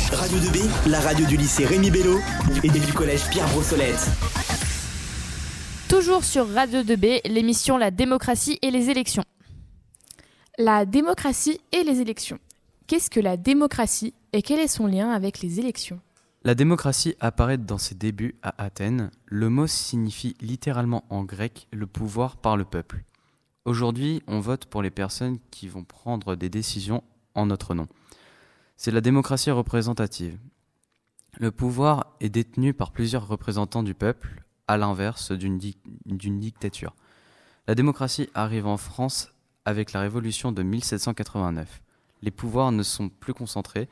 Radio 2B, la radio du lycée Rémi Bello et du collège Pierre Brossolette. Toujours sur Radio 2B, l'émission La démocratie et les élections. La démocratie et les élections. Qu'est-ce que la démocratie et quel est son lien avec les élections ? La démocratie apparaît dans ses débuts à Athènes. Le mot signifie littéralement en grec le pouvoir par le peuple. Aujourd'hui, on vote pour les personnes qui vont prendre des décisions en notre nom. C'est la démocratie représentative. Le pouvoir est détenu par plusieurs représentants du peuple, à l'inverse d'une dictature. La démocratie arrive en France avec la Révolution de 1789. Les pouvoirs ne sont plus concentrés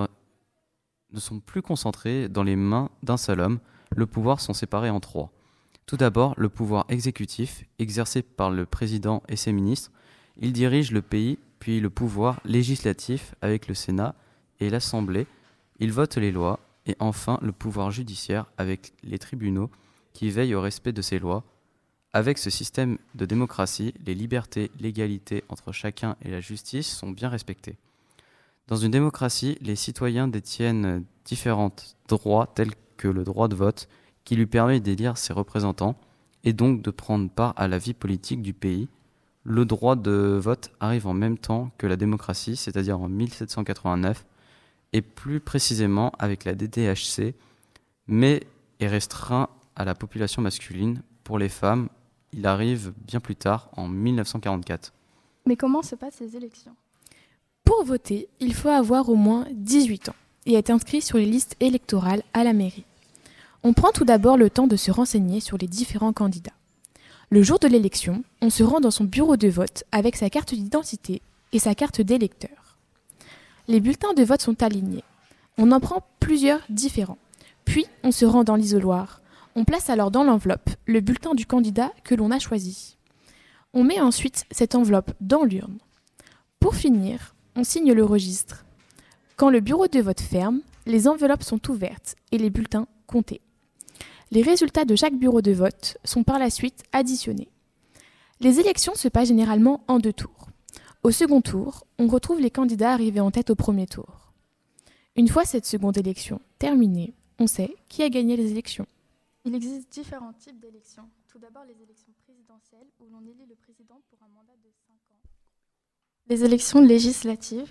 dans les mains d'un seul homme. Le pouvoir sont séparés en trois. Tout d'abord, le pouvoir exécutif, exercé par le président et ses ministres. Il dirige le pays, puis le pouvoir législatif avec le Sénat et l'Assemblée. Il vote les lois. Et enfin, le pouvoir judiciaire avec les tribunaux qui veillent au respect de ces lois. Avec ce système de démocratie, les libertés, l'égalité entre chacun et la justice sont bien respectées. Dans une démocratie, les citoyens détiennent différents droits tels que le droit de vote qui lui permet d'élire ses représentants et donc de prendre part à la vie politique du pays. Le droit de vote arrive en même temps que la démocratie, c'est-à-dire en 1789, et plus précisément avec la DDHC, mais est restreint à la population masculine. Pour les femmes, il arrive bien plus tard, en 1944. Mais comment se passent ces élections ? Pour voter, il faut avoir au moins 18 ans et être inscrit sur les listes électorales à la mairie. On prend tout d'abord le temps de se renseigner sur les différents candidats. Le jour de l'élection, on se rend dans son bureau de vote avec sa carte d'identité et sa carte d'électeur. Les bulletins de vote sont alignés. On en prend plusieurs différents. Puis, on se rend dans l'isoloir. On place alors dans l'enveloppe le bulletin du candidat que l'on a choisi. On met ensuite cette enveloppe dans l'urne. Pour finir, on signe le registre. Quand le bureau de vote ferme, les enveloppes sont ouvertes et les bulletins comptés. Les résultats de chaque bureau de vote sont par la suite additionnés. Les élections se passent généralement en 2 tours. Au second tour, on retrouve les candidats arrivés en tête au premier tour. Une fois cette seconde élection terminée, on sait qui a gagné les élections. Il existe différents types d'élections. Tout d'abord, les élections présidentielles où l'on élit le président pour un mandat de 5 ans. Les élections législatives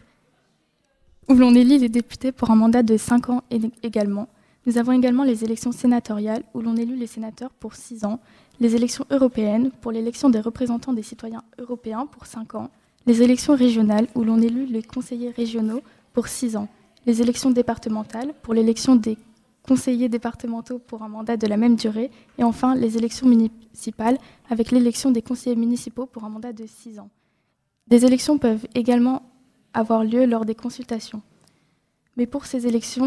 où l'on élit les députés pour un mandat de 5 ans également. Nous avons également les élections sénatoriales où l'on élit les sénateurs pour 6 ans. Les élections européennes pour l'élection des représentants des citoyens européens pour 5 ans. Les élections régionales où l'on élit les conseillers régionaux pour 6 ans. Les élections départementales pour l'élection des conseillers départementaux pour un mandat de la même durée. Et enfin, les élections municipales avec l'élection des conseillers municipaux pour un mandat de 6 ans. Des élections peuvent également avoir lieu lors des consultations. Mais pour que ces élections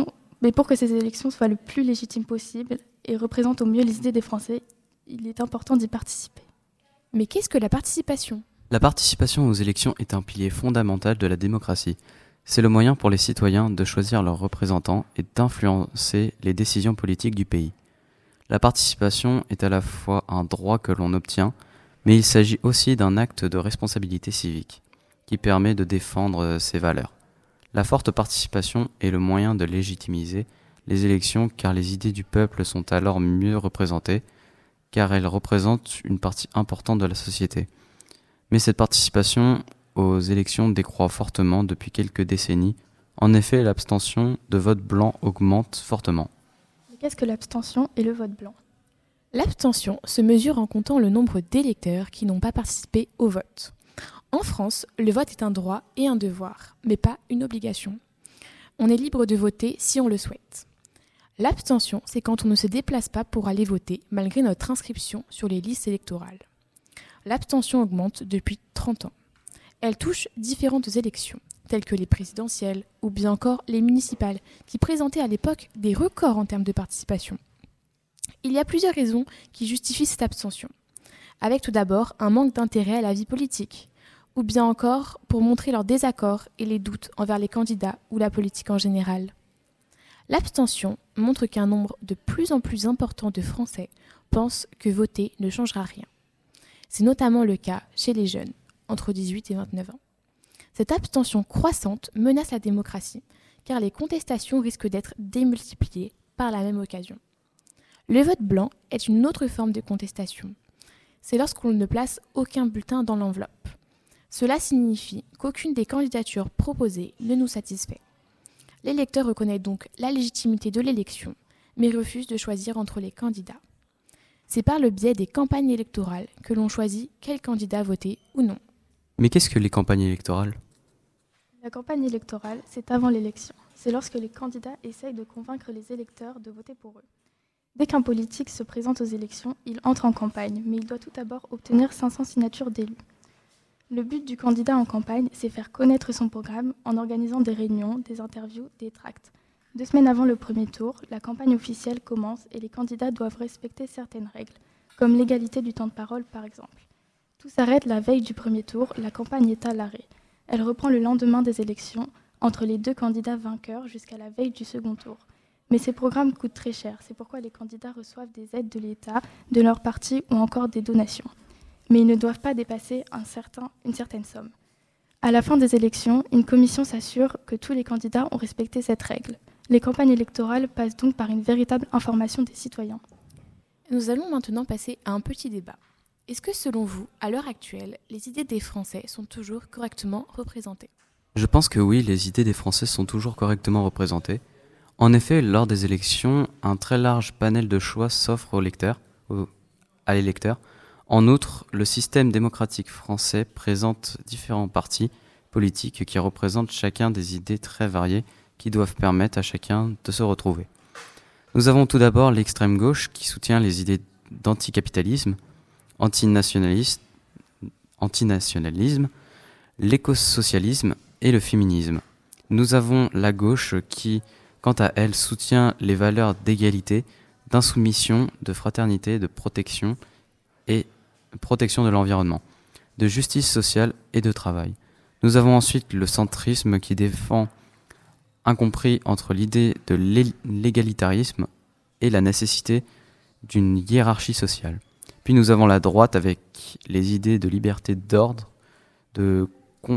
soient le plus légitimes possible et représentent au mieux les idées des Français, il est important d'y participer. Mais qu'est-ce que la participation ? La participation aux élections est un pilier fondamental de la démocratie. C'est le moyen pour les citoyens de choisir leurs représentants et d'influencer les décisions politiques du pays. La participation est à la fois un droit que l'on obtient, mais il s'agit aussi d'un acte de responsabilité civique qui permet de défendre ses valeurs. La forte participation est le moyen de légitimiser les élections car les idées du peuple sont alors mieux représentées, car elles représentent une partie importante de la société. Mais cette participation aux élections décroît fortement depuis quelques décennies. En effet, l'abstention de vote blanc augmente fortement. Mais qu'est-ce que l'abstention et le vote blanc ? L'abstention se mesure en comptant le nombre d'électeurs qui n'ont pas participé au vote. En France, le vote est un droit et un devoir, mais pas une obligation. On est libre de voter si on le souhaite. L'abstention, c'est quand on ne se déplace pas pour aller voter malgré notre inscription sur les listes électorales. L'abstention augmente depuis 30 ans. Elle touche différentes élections, telles que les présidentielles ou bien encore les municipales, qui présentaient à l'époque des records en termes de participation. Il y a plusieurs raisons qui justifient cette abstention. Avec tout d'abord un manque d'intérêt à la vie politique, ou bien encore pour montrer leur désaccord et les doutes envers les candidats ou la politique en général. L'abstention montre qu'un nombre de plus en plus important de Français pensent que voter ne changera rien. C'est notamment le cas chez les jeunes, entre 18 et 29 ans. Cette abstention croissante menace la démocratie, car les contestations risquent d'être démultipliées par la même occasion. Le vote blanc est une autre forme de contestation. C'est lorsqu'on ne place aucun bulletin dans l'enveloppe. Cela signifie qu'aucune des candidatures proposées ne nous satisfait. L'électeur reconnaît donc la légitimité de l'élection, mais refuse de choisir entre les candidats. C'est par le biais des campagnes électorales que l'on choisit quel candidat voter ou non. Mais qu'est-ce que les campagnes électorales ? La campagne électorale, c'est avant l'élection. C'est lorsque les candidats essayent de convaincre les électeurs de voter pour eux. Dès qu'un politique se présente aux élections, il entre en campagne, mais il doit tout d'abord obtenir 500 signatures d'élus. Le but du candidat en campagne, c'est faire connaître son programme en organisant des réunions, des interviews, des tracts. 2 semaines avant le premier tour, la campagne officielle commence et les candidats doivent respecter certaines règles, comme l'égalité du temps de parole par exemple. Tout s'arrête la veille du premier tour, la campagne est à l'arrêt. Elle reprend le lendemain des élections, entre les 2 candidats vainqueurs jusqu'à la veille du second tour. Mais ces programmes coûtent très cher, c'est pourquoi les candidats reçoivent des aides de l'État, de leur parti ou encore des donations. Mais ils ne doivent pas dépasser une certaine somme. À la fin des élections, une commission s'assure que tous les candidats ont respecté cette règle. Les campagnes électorales passent donc par une véritable information des citoyens. Nous allons maintenant passer à un petit débat. Est-ce que selon vous, à l'heure actuelle, les idées des Français sont toujours correctement représentées ? Je pense que oui, les idées des Français sont toujours correctement représentées. En effet, lors des élections, un très large panel de choix s'offre à l'électeur. En outre, le système démocratique français présente différents partis politiques qui représentent chacun des idées très variées qui doivent permettre à chacun de se retrouver. Nous avons tout d'abord l'extrême gauche qui soutient les idées d'anticapitalisme, antinationalisme, l'écosocialisme et le féminisme. Nous avons la gauche qui, quant à elle, soutient les valeurs d'égalité, d'insoumission, de fraternité, de protection et protection de l'environnement, de justice sociale et de travail. Nous avons ensuite le centrisme qui défend un compris entre l'idée de l'égalitarisme et la nécessité d'une hiérarchie sociale. Puis nous avons la droite avec les idées de liberté d'ordre, de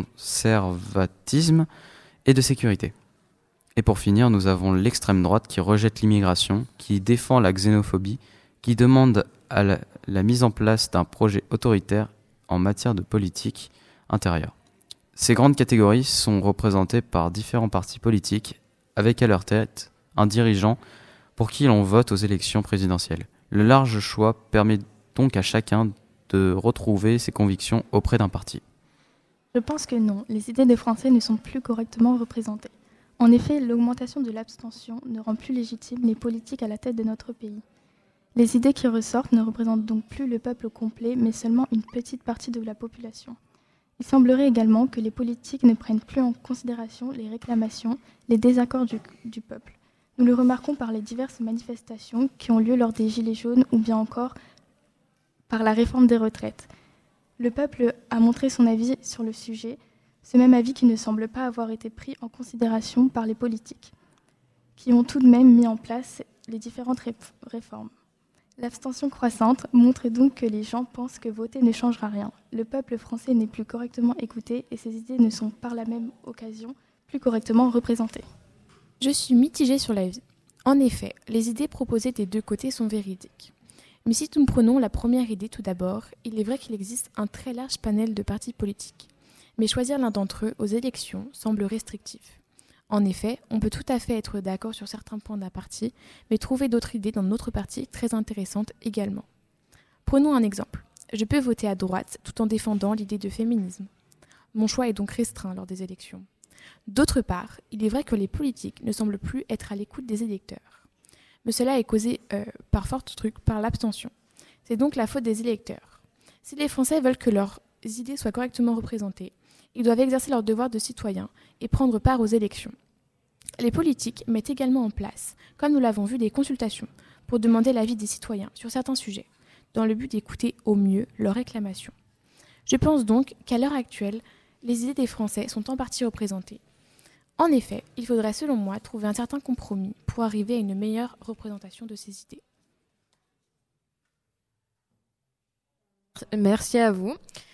conservatisme et de sécurité. Et pour finir, nous avons l'extrême droite qui rejette l'immigration, qui défend la xénophobie, qui demande à la mise en place d'un projet autoritaire en matière de politique intérieure. Ces grandes catégories sont représentées par différents partis politiques, avec à leur tête un dirigeant pour qui l'on vote aux élections présidentielles. Le large choix permet donc à chacun de retrouver ses convictions auprès d'un parti. Je pense que non, les idées des Français ne sont plus correctement représentées. En effet, l'augmentation de l'abstention ne rend plus légitimes les politiques à la tête de notre pays. Les idées qui ressortent ne représentent donc plus le peuple au complet, mais seulement une petite partie de la population. Il semblerait également que les politiques ne prennent plus en considération les réclamations, les désaccords du peuple. Nous le remarquons par les diverses manifestations qui ont lieu lors des Gilets jaunes ou bien encore par la réforme des retraites. Le peuple a montré son avis sur le sujet, ce même avis qui ne semble pas avoir été pris en considération par les politiques, qui ont tout de même mis en place les différentes réformes. L'abstention croissante montre donc que les gens pensent que voter ne changera rien. Le peuple français n'est plus correctement écouté et ses idées ne sont par la même occasion plus correctement représentées. Je suis mitigée sur l'avis. En effet, les idées proposées des 2 côtés sont véridiques. Mais si nous prenons la première idée tout d'abord, il est vrai qu'il existe un très large panel de partis politiques. Mais choisir l'un d'entre eux aux élections semble restrictif. En effet, on peut tout à fait être d'accord sur certains points d'un parti, mais trouver d'autres idées dans notre parti très intéressantes également. Prenons un exemple. Je peux voter à droite tout en défendant l'idée de féminisme. Mon choix est donc restreint lors des élections. D'autre part, il est vrai que les politiques ne semblent plus être à l'écoute des électeurs. Mais cela est causé par l'abstention. C'est donc la faute des électeurs. Si les Français veulent que leurs idées soient correctement représentées, ils doivent exercer leur devoir de citoyen et prendre part aux élections. Les politiques mettent également en place, comme nous l'avons vu, des consultations pour demander l'avis des citoyens sur certains sujets, dans le but d'écouter au mieux leurs réclamations. Je pense donc qu'à l'heure actuelle, les idées des Français sont en partie représentées. En effet, il faudrait selon moi trouver un certain compromis pour arriver à une meilleure représentation de ces idées. Merci à vous.